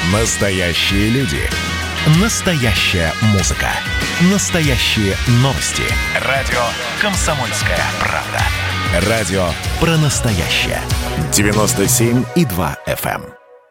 Настоящие люди. Настоящая музыка. Настоящие новости. Радио «Комсомольская правда». Радио про настоящее. 97,2 FM.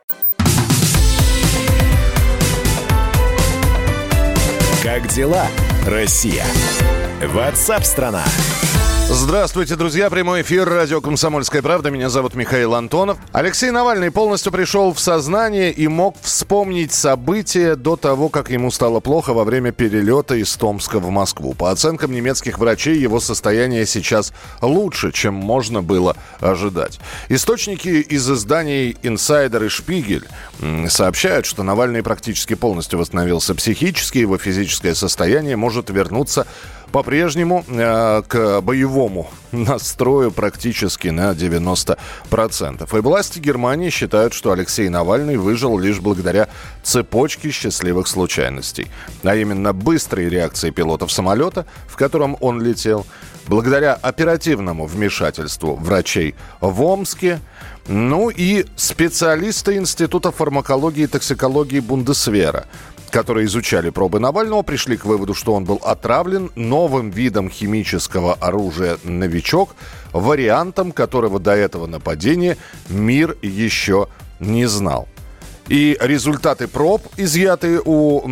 Как дела, Россия? WhatsApp-страна. Здравствуйте, друзья. Прямой эфир радио «Комсомольская правда». Меня зовут Михаил Антонов. Алексей Навальный полностью пришел в сознание и мог вспомнить события до того, как ему стало плохо во время перелета из Томска в Москву. По оценкам немецких врачей, его состояние сейчас лучше, чем можно было ожидать. Источники из изданий «Инсайдер» и «Шпигель» сообщают, что Навальный практически полностью восстановился психически, его физическое состояние может вернуться по-прежнему к боевому настрою практически на 90%. И власти Германии считают, что Алексей Навальный выжил лишь благодаря цепочке счастливых случайностей. А именно быстрой реакции пилотов самолета, в котором он летел, благодаря оперативному вмешательству врачей в Омске, ну и специалисты Института фармакологии и токсикологии Бундесвера, которые изучали пробы Навального, пришли к выводу, что он был отравлен новым видом химического оружия «Новичок», вариантом которого до этого нападения мир еще не знал. И результаты проб, взятых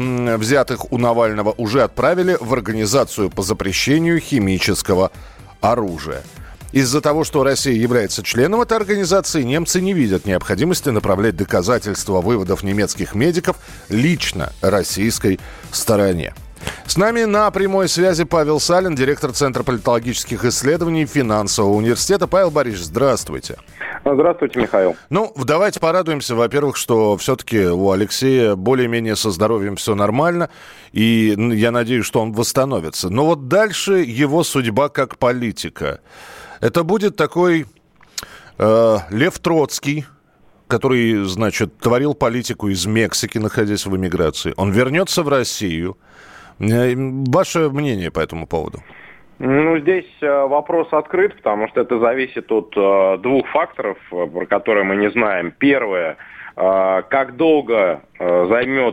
у Навального, уже отправили в Организацию по запрещению химического оружия. Из-за того, что Россия является членом этой организации, немцы не видят необходимости направлять доказательства выводов немецких медиков лично российской стороне. С нами на прямой связи Павел Салин, директор Центра политологических исследований Финансового университета. Павел Борисович, здравствуйте. Здравствуйте, Михаил. Ну, давайте порадуемся, во-первых, что все-таки у Алексея более-менее со здоровьем все нормально, и я надеюсь, что он восстановится. Но вот дальше его судьба как политика. Это будет такой Лев Троцкий, который, значит, творил политику из Мексики, находясь в эмиграции. Он вернется в Россию. Ваше мнение по этому поводу? Ну, здесь вопрос открыт, потому что это зависит от двух факторов, про которые мы не знаем. Первое, как долго займет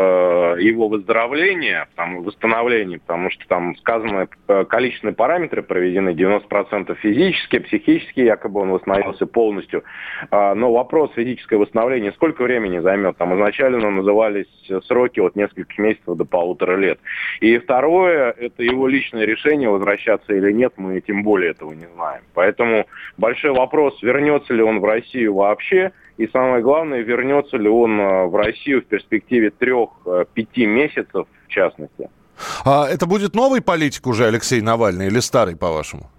его выздоровление, восстановление, потому что там сказаны количественные параметры проведены, 90% физические, психические, якобы он восстановился полностью. Но вопрос физическое восстановление, сколько времени займет? Там изначально назывались сроки от нескольких месяцев до 1,5 лет. И второе, это его личное решение, возвращаться или нет, мы тем более этого не знаем. Поэтому большой вопрос, вернется ли он в Россию вообще, и самое главное, вернется ли он в Россию в перспективе 3-5 месяцев, в частности. А это будет новый политик уже Алексей Навальный или старый, по-вашему?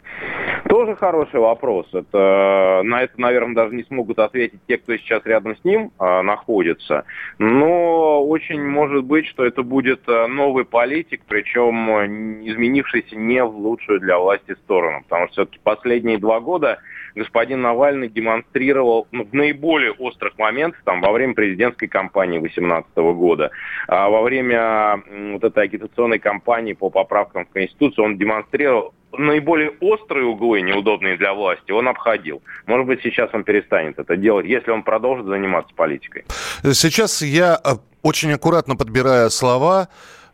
Тоже хороший вопрос. На это, наверное, даже не смогут ответить те, кто сейчас рядом с ним находится. Но очень может быть, что это будет новый политик, причем изменившийся не в лучшую для власти сторону. Потому что все-таки последние 2 года господин Навальный демонстрировал в наиболее острых моментах, во время президентской кампании 2018 года, во время вот этой агитационной кампании по поправкам в Конституцию, он демонстрировал наиболее острые углы, неудобные для власти, он обходил. Может быть, сейчас он перестанет это делать, если он продолжит заниматься политикой. Сейчас я, очень аккуратно подбирая слова,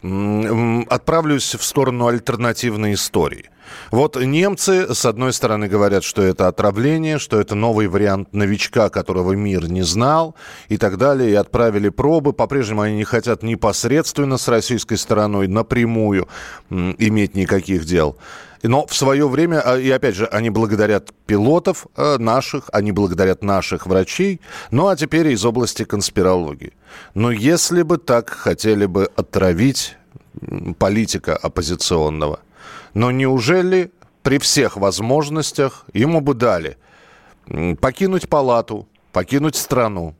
отправлюсь в сторону альтернативной истории. Вот немцы, с одной стороны, говорят, что это отравление, что это новый вариант новичка, которого мир не знал, и так далее, и отправили пробы. По-прежнему они не хотят непосредственно с российской стороной напрямую иметь никаких дел. Но в свое время, и опять же, они благодарят пилотов наших, они благодарят наших врачей, ну а теперь из области конспирологии. Но если бы так хотели бы отравить политика оппозиционного, но неужели при всех возможностях ему бы дали покинуть палату, покинуть страну?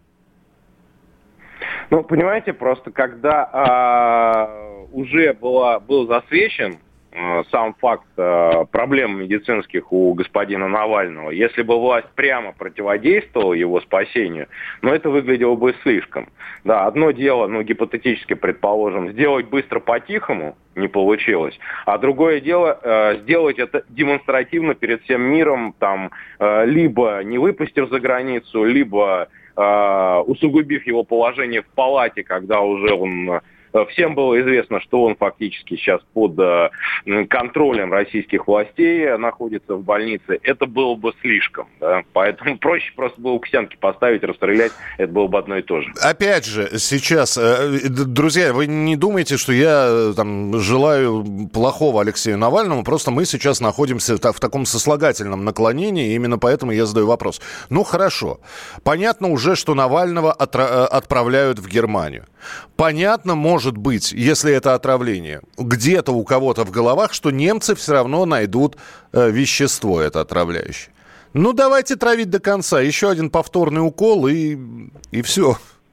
Ну, понимаете, просто когда уже был засвечен сам факт проблем медицинских у господина Навального, если бы власть прямо противодействовала его спасению, это выглядело бы слишком. Да, одно дело, гипотетически предположим, сделать быстро по-тихому, не получилось, а другое дело сделать это демонстративно перед всем миром, либо не выпустив за границу, либо усугубив его положение в палате, когда уже он... Всем было известно, что он фактически сейчас под контролем российских властей находится в больнице. Это было бы слишком. Да? Поэтому проще просто было к стенке поставить, расстрелять. Это было бы одно и то же. Опять же, сейчас, друзья, вы не думайте, что я там желаю плохого Алексею Навальному. Просто мы сейчас находимся в таком сослагательном наклонении. И именно поэтому я задаю вопрос. Ну, хорошо. Понятно уже, что Навального отправляют в Германию. Понятно, может быть, если это отравление, где-то у кого-то в головах, что немцы все равно найдут вещество это отравляющее. Ну, давайте травить до конца. Еще один повторный укол и все.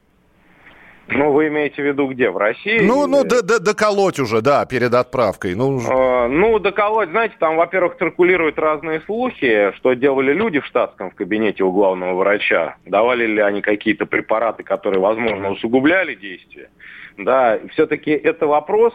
Ну, вы имеете в виду где? В России? Доколоть уже, да, перед отправкой. Доколоть, знаете, там, во-первых, циркулируют разные слухи, что делали люди в штатском в кабинете у главного врача. Давали ли они какие-то препараты, которые, возможно, усугубляли действие. Да, все-таки это вопрос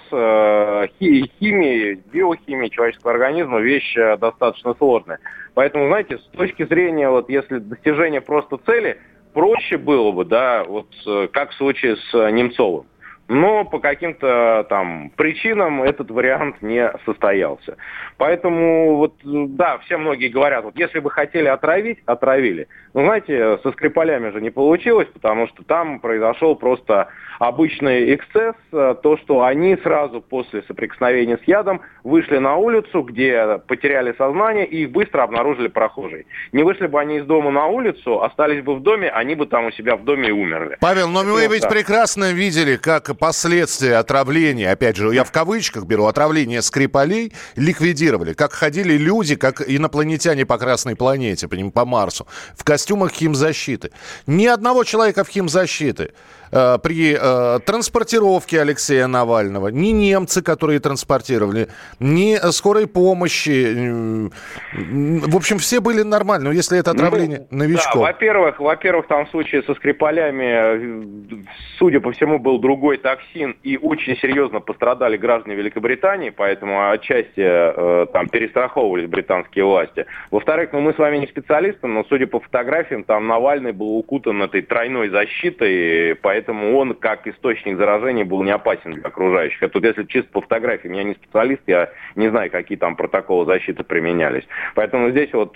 химии, биохимии человеческого организма, вещь достаточно сложная. Поэтому, знаете, с точки зрения, вот если достижение просто цели, проще было бы, да, вот как в случае с Немцовым. Но по каким-то там причинам этот вариант не состоялся. Поэтому, вот, да, все многие говорят, вот если бы хотели отравить, отравили. Но, знаете, со Скрипалями же не получилось, потому что там произошел просто обычный эксцесс, то, что они сразу после соприкосновения с ядом вышли на улицу, где потеряли сознание, и их быстро обнаружили прохожие. Не вышли бы они из дома на улицу, остались бы в доме, они бы там у себя в доме и умерли. Павел, но мы ведь прекрасно видели, как последствия отравления, опять же, я в кавычках беру, отравление Скрипалей ликвидировали. Как ходили люди, как инопланетяне по Красной планете, по Марсу, в костюмах химзащиты. Ни одного человека в химзащиты при транспортировке Алексея Навального, ни немцы, которые транспортировали, ни скорой помощи. В общем, все были нормальны. Но если это отравление новичков. Да, во-первых, там в случае со Скрипалями, судя по всему, был другой токсин, и очень серьезно пострадали граждане Великобритании, поэтому отчасти там перестраховывались британские власти. Во-вторых, мы с вами не специалисты, но судя по фотографиям, там Навальный был укутан этой тройной защитой, поэтому он, как источник заражения, был не опасен для окружающих. Это если чисто по фотографиям, я не специалист, я не знаю, какие там протоколы защиты применялись. Поэтому здесь вот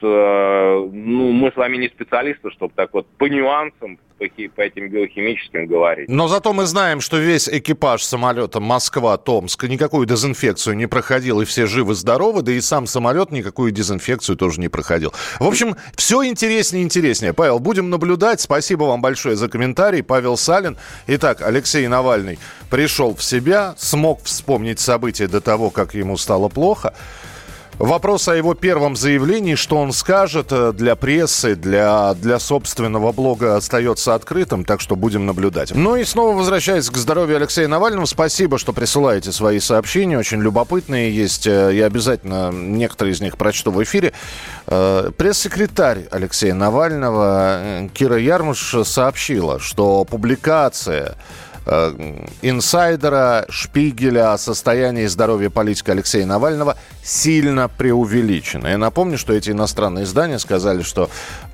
мы с вами не специалисты, чтобы так вот по нюансам, по этим биохимическим говорить. Но зато мы знаем, что весь экипаж самолета Москва-Томск никакую дезинфекцию не проходил, и все живы-здоровы, да и сам самолет никакую дезинфекцию тоже не проходил. В общем, все интереснее и интереснее. Павел, будем наблюдать. Спасибо вам большое за комментарий. Павел Салин. Итак, Алексей Навальный пришел в себя, смог вспомнить события до того, как ему стало плохо. Вопрос о его первом заявлении, что он скажет для прессы, для собственного блога, остается открытым, так что будем наблюдать. Ну и снова возвращаясь к здоровью Алексея Навального, спасибо, что присылаете свои сообщения, очень любопытные есть, я обязательно некоторые из них прочту в эфире. Пресс-секретарь Алексея Навального Кира Ярмуш сообщила, что публикация инсайдера Шпигеля о состоянии здоровья политика Алексея Навального сильно преувеличено. Я напомню, что эти иностранные издания сказали, что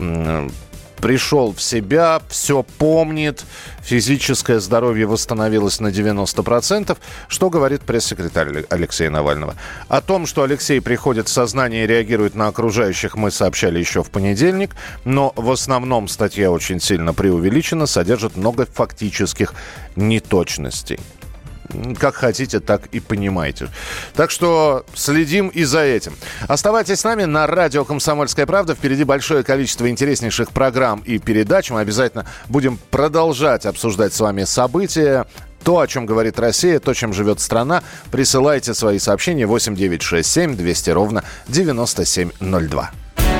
пришел в себя, все помнит, физическое здоровье восстановилось на 90%. Что говорит пресс-секретарь Алексея Навального? О том, что Алексей приходит в сознание и реагирует на окружающих, мы сообщали еще в понедельник, но в основном статья очень сильно преувеличена, содержит много фактических неточностей. Как хотите, так и понимаете. Так что следим и за этим. Оставайтесь с нами на радио «Комсомольская правда». Впереди большое количество интереснейших программ и передач. Мы обязательно будем продолжать обсуждать с вами события. То, о чем говорит Россия, то, чем живет страна. Присылайте свои сообщения 8 967 200 ровно 9702.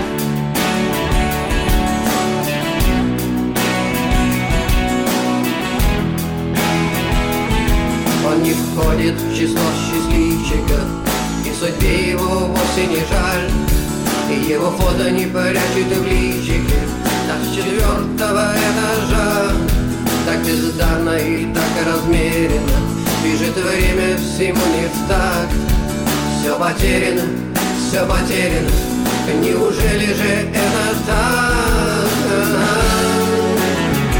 Он не входит в число счастливчиков, и судьбе его вовсе не жаль. И его фото не прячет в личике, так с 4-го этажа. Так бездарно и так размеренно бежит время всему не в такт. Все потеряно, все потеряно, неужели же это так?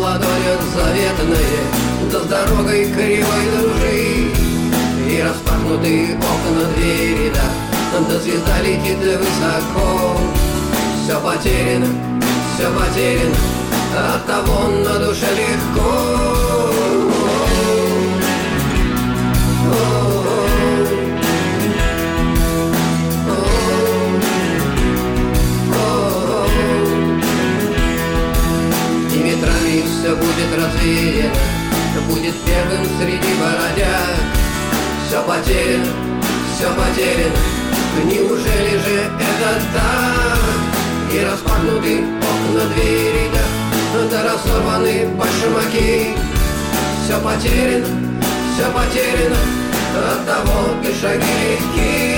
ладонях заветные, да с дорогой кривой дружи. И распахнутые окна двери, да звезда летит высоко. Все потеряно, оттого на душе легко. И метрами все будет развеяно, будет первым среди бродяг. Все потеряно, неужели же это так? И распахнуты окна двери, да разорваны башмаки. Все потеряно, оттого и шаги легки.